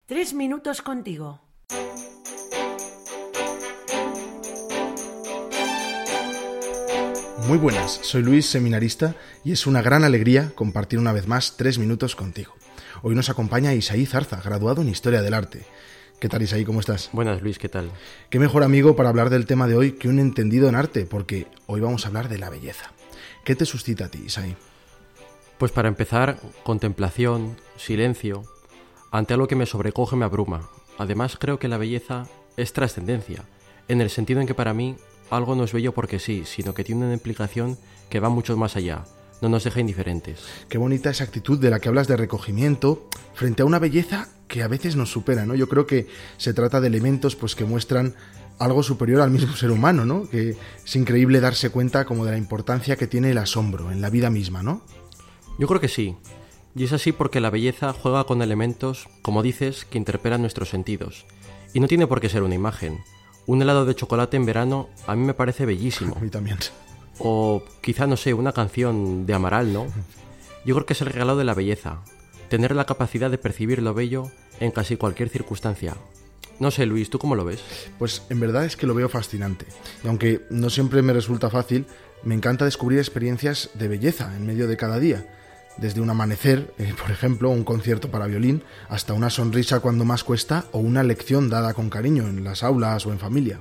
3 minutos contigo. Muy buenas, soy Luis, seminarista, y es una gran alegría compartir una vez más 3 minutos contigo. Hoy nos acompaña Isaí Zarza, graduado en Historia del Arte. ¿Qué tal, Isaí? ¿Cómo estás? Buenas, Luis, ¿qué tal? Qué mejor amigo para hablar del tema de hoy que un entendido en arte, porque hoy vamos a hablar de la belleza. ¿Qué te suscita a ti, Isaí? Pues para empezar, contemplación, silencio. Ante algo que me sobrecoge me abruma. Además, creo que la belleza es trascendencia, en el sentido en que para mí algo no es bello porque sí, sino que tiene una implicación que va mucho más allá, no nos deja indiferentes. Qué bonita esa actitud de la que hablas de recogimiento frente a una belleza que a veces nos supera, ¿no? Yo creo que se trata de elementos pues que muestran algo superior al mismo ser humano, ¿no? Que es increíble darse cuenta como de la importancia que tiene el asombro en la vida misma, ¿no? Yo creo que sí. Y es así porque la belleza juega con elementos, como dices, que interpelan nuestros sentidos. Y no tiene por qué ser una imagen. Un helado de chocolate en verano a mí me parece bellísimo. A mí también. O quizá, no sé, una canción de Amaral, ¿no? Yo creo que es el regalo de la belleza. Tener la capacidad de percibir lo bello en casi cualquier circunstancia. No sé, Luis, ¿tú cómo lo ves? Pues en verdad es que lo veo fascinante. Y aunque no siempre me resulta fácil, me encanta descubrir experiencias de belleza en medio de cada día. Desde un amanecer, por ejemplo, un concierto para violín, hasta una sonrisa cuando más cuesta o una lección dada con cariño en las aulas o en familia.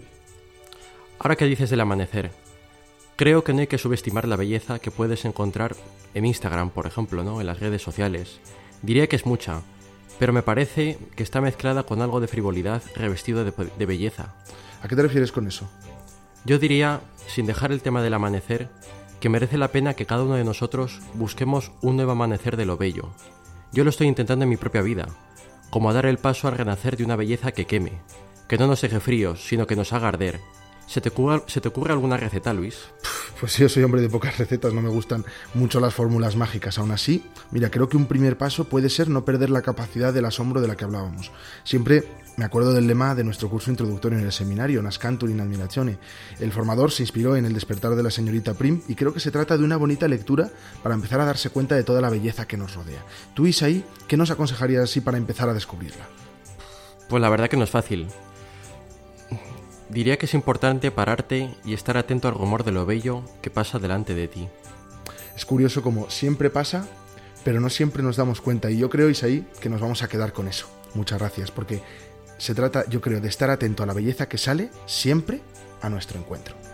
Ahora que dices del amanecer, creo que no hay que subestimar la belleza que puedes encontrar en Instagram, por ejemplo, ¿no? En las redes sociales. Diría que es mucha, pero me parece que está mezclada con algo de frivolidad revestido de belleza. ¿A qué te refieres con eso? Yo diría, sin dejar el tema del amanecer, que merece la pena que cada uno de nosotros busquemos un nuevo amanecer de lo bello. Yo lo estoy intentando en mi propia vida, como a dar el paso al renacer de una belleza que queme, que no nos deje fríos, sino que nos haga arder. ¿Se te ocurre alguna receta, Luis? Pues yo soy hombre de pocas recetas, no me gustan mucho las fórmulas mágicas. Aún así, mira, creo que un primer paso puede ser no perder la capacidad del asombro de la que hablábamos. Siempre me acuerdo del lema de nuestro curso introductorio en el seminario, Nascantur in admirazione. El formador se inspiró en El despertar de la señorita Prim y creo que se trata de una bonita lectura para empezar a darse cuenta de toda la belleza que nos rodea. Tú, Isaí, ¿qué nos aconsejarías así para empezar a descubrirla? Pues la verdad que no es fácil. Diría que es importante pararte y estar atento al rumor de lo bello que pasa delante de ti. Es curioso como siempre pasa, pero no siempre nos damos cuenta. Y yo creo, Isaí, que nos vamos a quedar con eso. Muchas gracias, porque se trata, yo creo, de estar atento a la belleza que sale siempre a nuestro encuentro.